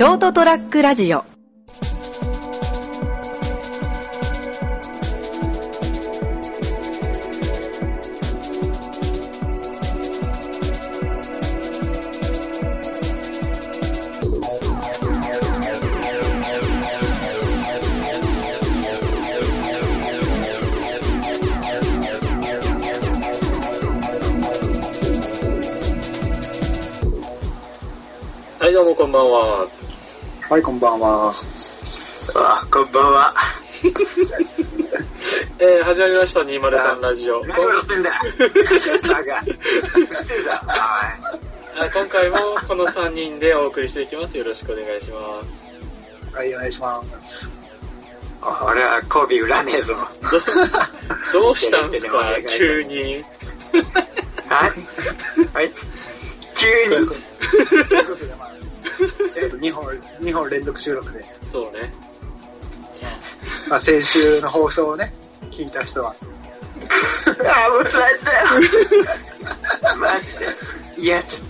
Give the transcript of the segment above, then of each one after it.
ショートトラックラジオ。 はい、どうもこんばんは。 はい、こんばんは。 あ、こんばんは。 始まりました203ラジオ。 何をやってんだ今回もこの3人でお送りしていきます。よろしくお願いします。 はい、お願いします。 俺はコビ売らねえぞ。 どうしたんすか急に。 はいはい急に 2本連続収録で。 そうね。 まあ、先週の放送をね、聞いた人は。 あ、もう最低マジで。いや、ち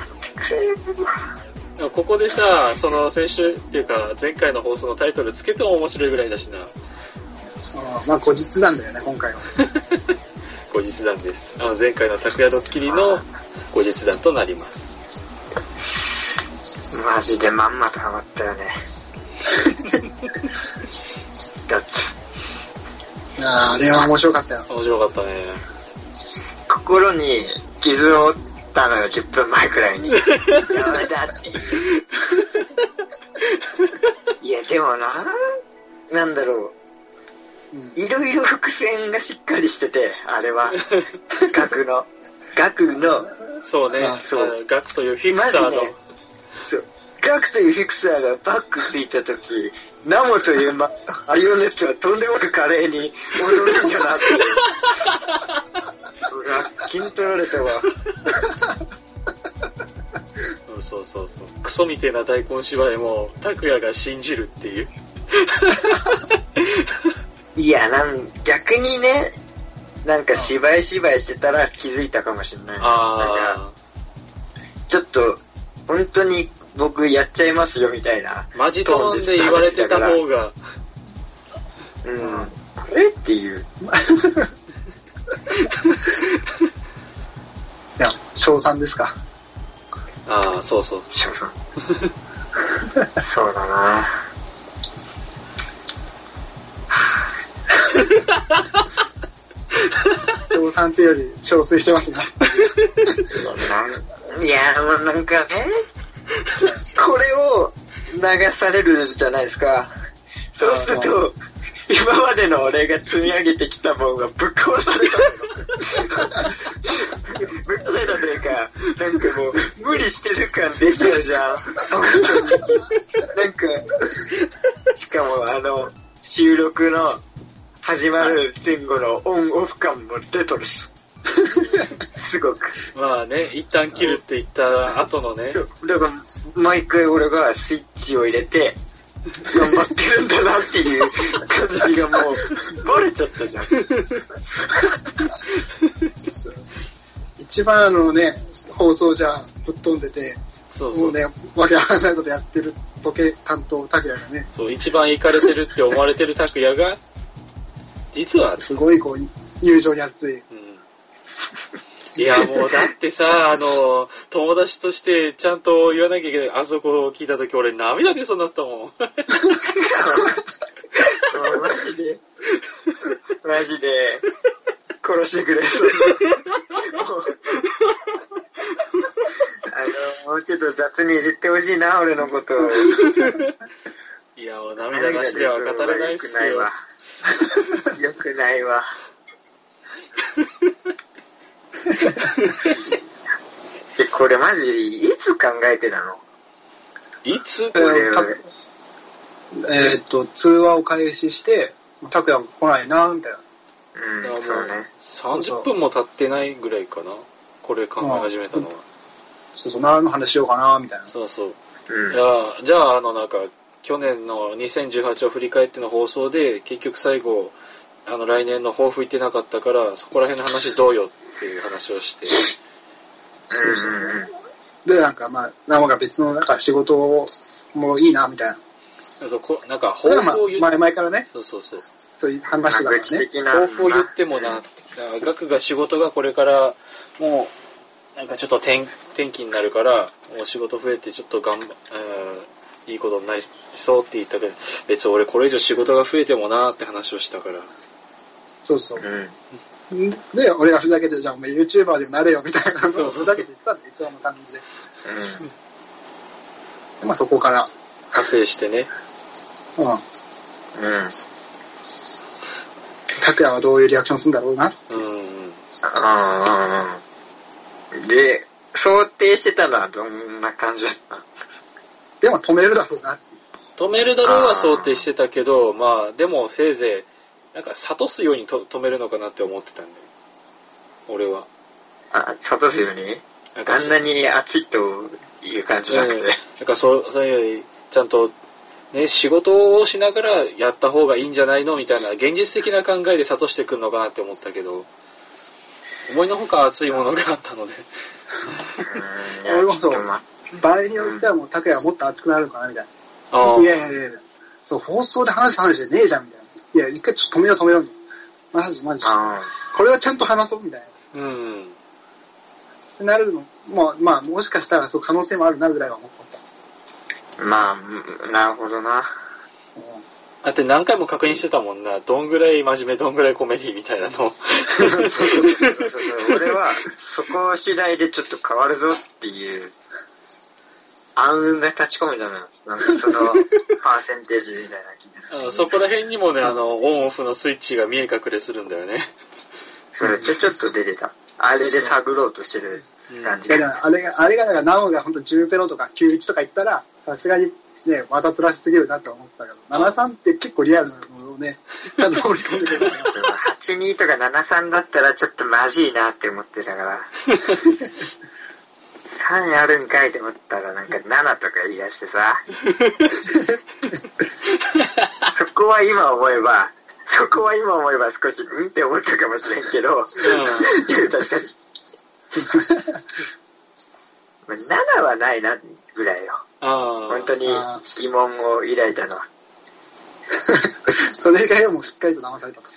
ょっと。 ここでさ、その先週っていうか前回の放送のタイトルつけても面白いぐらいだしな。 まあ後日談だよね、今回は。 後日談です。前回の拓也ドッキリの後日談となります。 マジでまんまとハマったよね。だって。 あれは面白かったよ。 面白かったね。 心に傷を負ったのよ、10分前くらいに。やめだって。いや、でもなんだろう。いろいろ伏線がしっかりしてて、あれは。額の。 そうね。額というフィクサーの。 額というフィクサーがバックついたとき、ナモというマリオネットはとんでもなく華麗に踊るんだなって。筋取られたわ。 そう。クソみてえな大根芝居も、拓也が信じるっていう。 いや、逆にね、なんか芝居してたら気づいたかもしれない。なんかちょっと、本当に僕やっちゃいますよみたいな。 マジトーンで言われてた方が。 っていう。 いや、賞賛ですか。 そう。 賞賛。そうだな。 賞賛ってより憔悴してますね。 いや、もうなんかね、これを流されるじゃないですか。そうすると、今までの俺が積み上げてきたものがぶっ壊されたの。ぶっ壊れたというか、なんかもう無理してる感出ちゃうじゃん。なんか、しかも収録の始まる前後のオンオフ感も出とるし。すごく。 まあね、一旦切るって言った後のね。 だから、毎回俺がスイッチを入れて、頑張ってるんだなっていう感じがもう、バレちゃったじゃん。 一番放送じゃぶっ飛んでて、もうね、わけわかんないことやってるボケ担当拓也がね。 そう、一番イカれてるって思われてる拓也が、実は、 すごい友情に熱い。 いや、もうだってさ、友達としてちゃんと言わなきゃいけない。あそこを聞いたとき俺涙出そうになったもん。 マジで、殺してくれ。もうちょっと雑にいじってほしいな、俺のことを。 いや、もう涙なしでは語れないっすよ。 よくないわ。これマジいつ考えてたの？ いつ？ 通話を開始して拓也も来ないなみたいな。 そうね。 30分も経ってないぐらいかな。これ考え始めたのは。 そう何の話しようかなみたいな。 そう。じゃあなんか去年の2018を振り返っての放送で結局最後来年の抱負言ってなかったからそこら辺の話どうよっていう話をして。 でなんか生が別の仕事をもういいな、みたいな。 なんか、 抱負を言って、前からね。 そうそうそう。 そういう話だからね。 抱負を言ってもな、学が仕事がこれから、もう、なんかちょっと転機になるから、もう仕事増えてちょっといいことになりそうって言ったけど、別に俺これ以上仕事が増えてもなーって話をしたから。 そうそう。で、俺がふざけて、じゃあお前 YouTuber でもなれよみたいなのをふざけて言ってたんで、いつもの感じで。でまあそこから。 派生してね。 拓也はどういうリアクションするんだろうな。 で、想定してたのはどんな感じだった？ でも止めるだろうな。 止めるだろうは想定してたけど、まあでもせいぜいなんか諭すように止めるのかなって思ってたんだよ。俺は。 諭すように？あんなに熱いという感じじゃなくて。 なんかそういうちゃんとね仕事をしながらやった方がいいんじゃないのみたいな現実的な考えで諭してくるのかなって思ったけど、思いのほか熱いものがあったので。 俺もそう。場合によっちゃもう拓也はもっと熱くなるのかなみたいな。いや。そう放送で話す話じゃねえじゃんみたいな。いや一回ちょっと止めようみたいな。マジ。これはちゃんと話そうみたいな。なるのまあもしかしたらそう可能性もあるなぐらいは思った。 まあなるほどな。 だって何回も確認してたもんな。どんぐらい真面目どんぐらいコメディみたいなの。そう俺はそこ次第でちょっと変わるぞっていう暗雲が立ち込めたのよ。なんかそのパーセンテージみたいな聞いてそこら辺にもねオンオフのスイッチが見え隠れするんだよね。 それちょっと出てた。あれで探ろうとしてる感じ。 あれがだからナオが本当10-0とか9-1とか言ったらさすがにねわざとらしすぎるなって思ったけど、7-3って結構リアルなものをねちゃんと放り込んでくれた。 8-2とか7-3だったらちょっとマジいなって思ってたから。3あるんかいって思ったらなんか7とか言い出してさ。そこは今思えば少しって思ったかもしれんけど、確かに。7はないなぐらいよ。本当に疑問を抱いたのは。 それ以外はもうしっかりと騙された。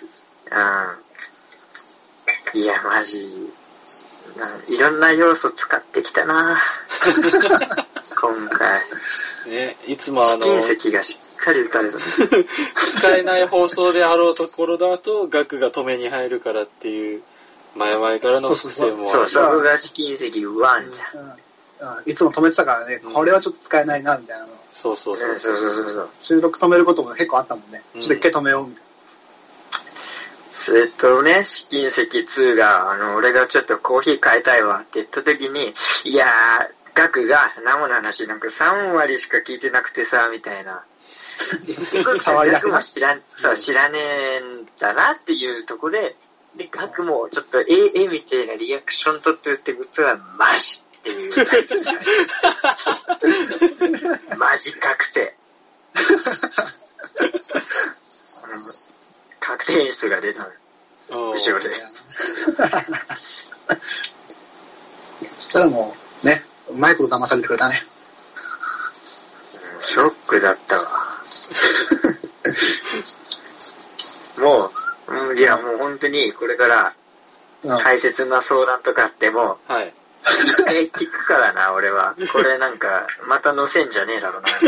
いやマジいろんな要素使ってきたな今回。 ね、いつも試金石がしっかり打たれた。 使えない放送であろうところだと、額が止めに入るからっていう、前々からの伏線もある。 そこが試金石ワンじゃん。 いつも止めてたからね、これはちょっと使えないな、みたいなの。 そう。 収録止めることも結構あったもんね。ちょっと一回止めよう、みたいな。 それとね、試金石2が、俺がちょっとコーヒー買いたいわって言った時に、いやー、額が、生の話なんか3割しか聞いてなくてさ、みたいな。額も知らねえんだなっていうとこで、額もちょっとみたいなリアクション取ってるってことは、マジっていう。マジ確定。確定演出が出たの。後ろで。 そしたらもう、ね、うまいこと騙されてくれたね。 ショックだったわ。もう、いやもう本当にこれから大切な相談とかあっても、一回聞くからな、俺は。これなんか、また載せんじゃねえだろうな。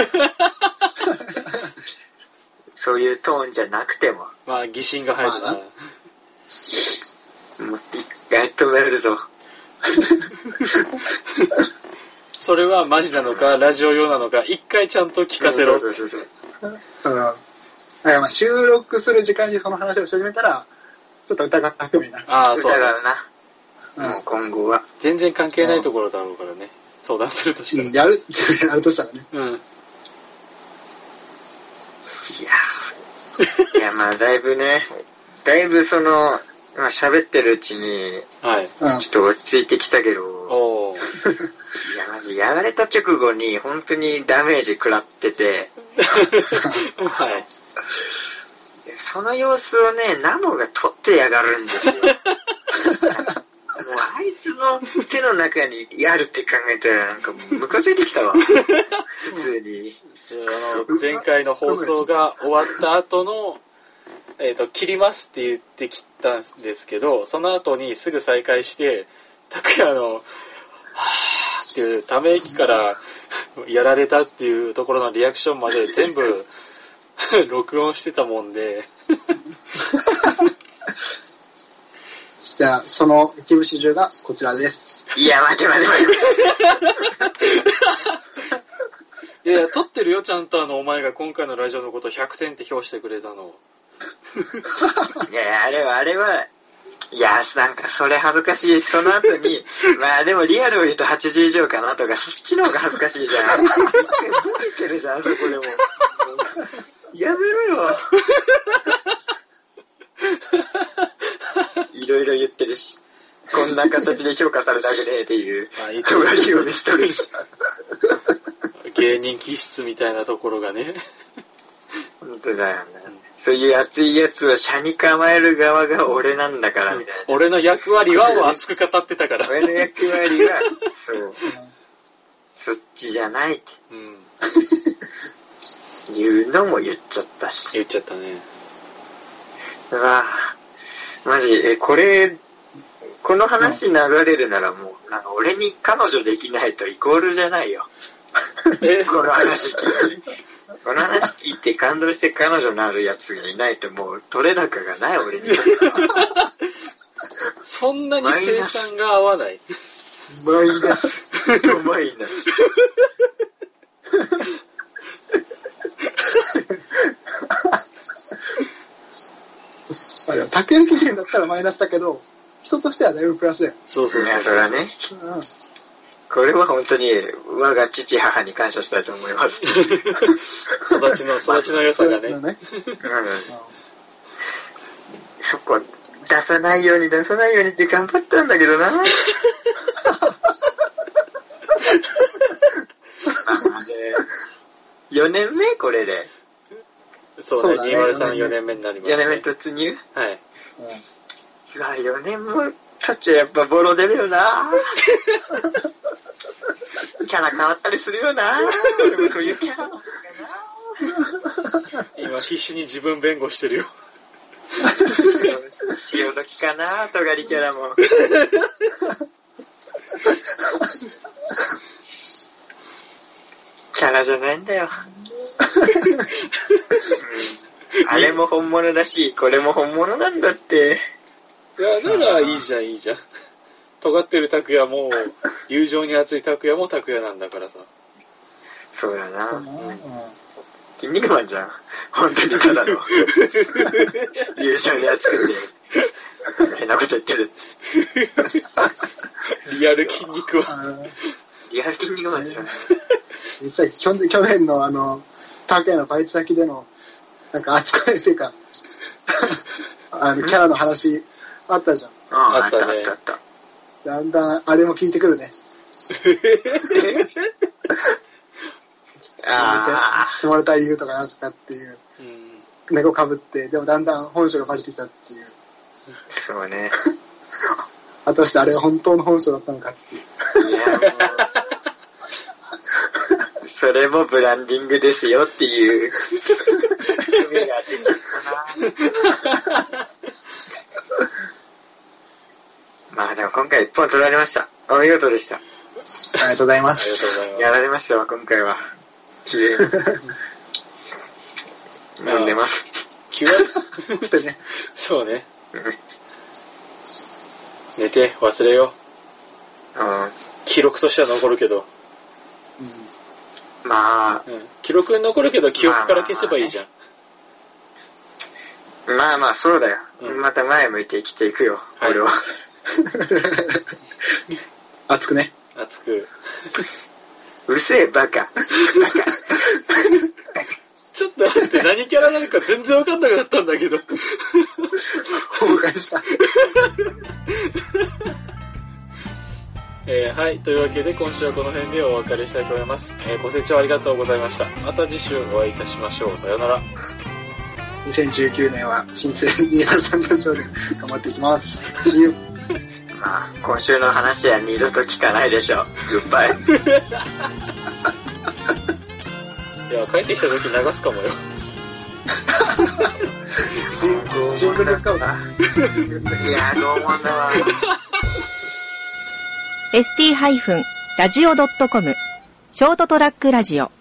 そういうトーンじゃなくても。 まあ、疑心が入るな。 もう一回止めるぞ。 それはマジなのか、ラジオ用なのか、一回ちゃんと聞かせろ。 まあ収録する時間にその話をし始めたら、ちょっと疑ったくみな。 そうだろうな。もう今後は。 全然関係ないところだろうからね。相談するとしたら。 やるとしたらね。 いやまあだいぶその、まあ喋ってるうちに、ちょっと落ち着いてきたけど、いやマジやられた直後に本当にダメージ食らってて、その様子をね、ナモが撮ってやがるんですよ。もうあいつの手の中にあるって考えたらなんかムカついてきたわ。普通に。 前回の放送が終わった後の、切りますって言って切ったんですけど、その後にすぐ再開して、拓也の、はぁーっていうため息からやられたっていうところのリアクションまで全部録音してたもんで。 じゃあ、その一部始終がこちらです。 いや、待て。 いや、撮ってるよ、ちゃんとお前が今回のラジオのこと100点って評してくれたの。 いや、あれは、いや、なんかそれ恥ずかしい。その後に、まあでもリアルを言うと80以上かなとか、そっちの方が恥ずかしいじゃん。一回ボケてるじゃん、そこでも。やめろよ。いろいろ言ってるし、こんな形で評価されたくねえっていう、尖りを見せてるし。 芸人気質みたいなところがね。 本当だよね。そういう熱いやつを車に構える側が俺なんだからみたいな。 俺の役割はを熱く語ってたから。 俺の役割は、そう。そっちじゃないって。言うのも言っちゃったし。 言っちゃったね。 うわぁ。マジ、この話流れるならもう、俺に彼女できないとイコールじゃないよ。この話聞いて。この話聞いて感動して彼女のあるやつがいないともう取れ高がない俺に。 そんなに生産が合わない。 マイナス。マイナス。拓也基準だったらマイナスだけど、人としてはだいぶプラスだよ。 そう。 それはね。これは本当に我が父母に感謝したいと思います。 育ちの良さがね。 そこ出さないようにって頑張ったんだけどな。4年目これで。 そうね、203 4年目になりますね。 4年目突入？ はい。 うわ、4年も経っちゃやっぱボロ出るよな。キャラ変わったりするよな。俺もそういうキャラなのかな。今必死に自分弁護してるよ。 潮時かな、トガリキャラも。キャラじゃないんだよ。あれも本物だし、これも本物なんだって。 いや、ならいいじゃん。尖ってる拓也も、友情に熱い拓也も拓也なんだからさ。 そうだな。筋肉マンじゃん。本当にただの。友情に熱くて。変なこと言ってる。 リアル筋肉は。 リアル筋肉マンじゃん。 実は去年の拓也のバイト先での、なんか扱いっていうか、キャラの話あったじゃん。 あったね。 だんだんあれも聞いてくるね。下ネタ言うとかなんとかっていう。猫かぶって、でもだんだん本性がバレてきたっていう。 そうね。 果たしてあれは本当の本性だったのかっていう。いやもうそれもブランディングですよっていう。夢が出ちゃったな。まあでも今回一本取られました。お見事でした。 ありがとうございます。 やられましたわ、今回は。綺麗に。飲んでます。 ね、 そうね。寝て忘れよう。記録としては残るけど。 まあ、 記録に残るけど記憶から消せばいいじゃん。 まあまあそうだよ。また前向いて生きていくよ、俺は。 熱くね。 熱く。 うるせえ、バカ。 ちょっと待って、何キャラなのか全然わかんなくなったんだけど。 崩壊した。 はい、というわけで今週はこの辺でお別れしたいと思います。ご清聴ありがとうございました。また次週お会いいたしましょう。さようなら。 2019年は新生203ラジオで頑張っていきます。See you. まあ、今週の話は二度と聞かないでしょう。グッバイ。 いや、帰ってきた時流すかもよ。 ジングル使うな。いや、拷問だわ。 st-radio.com ショートトラックラジオ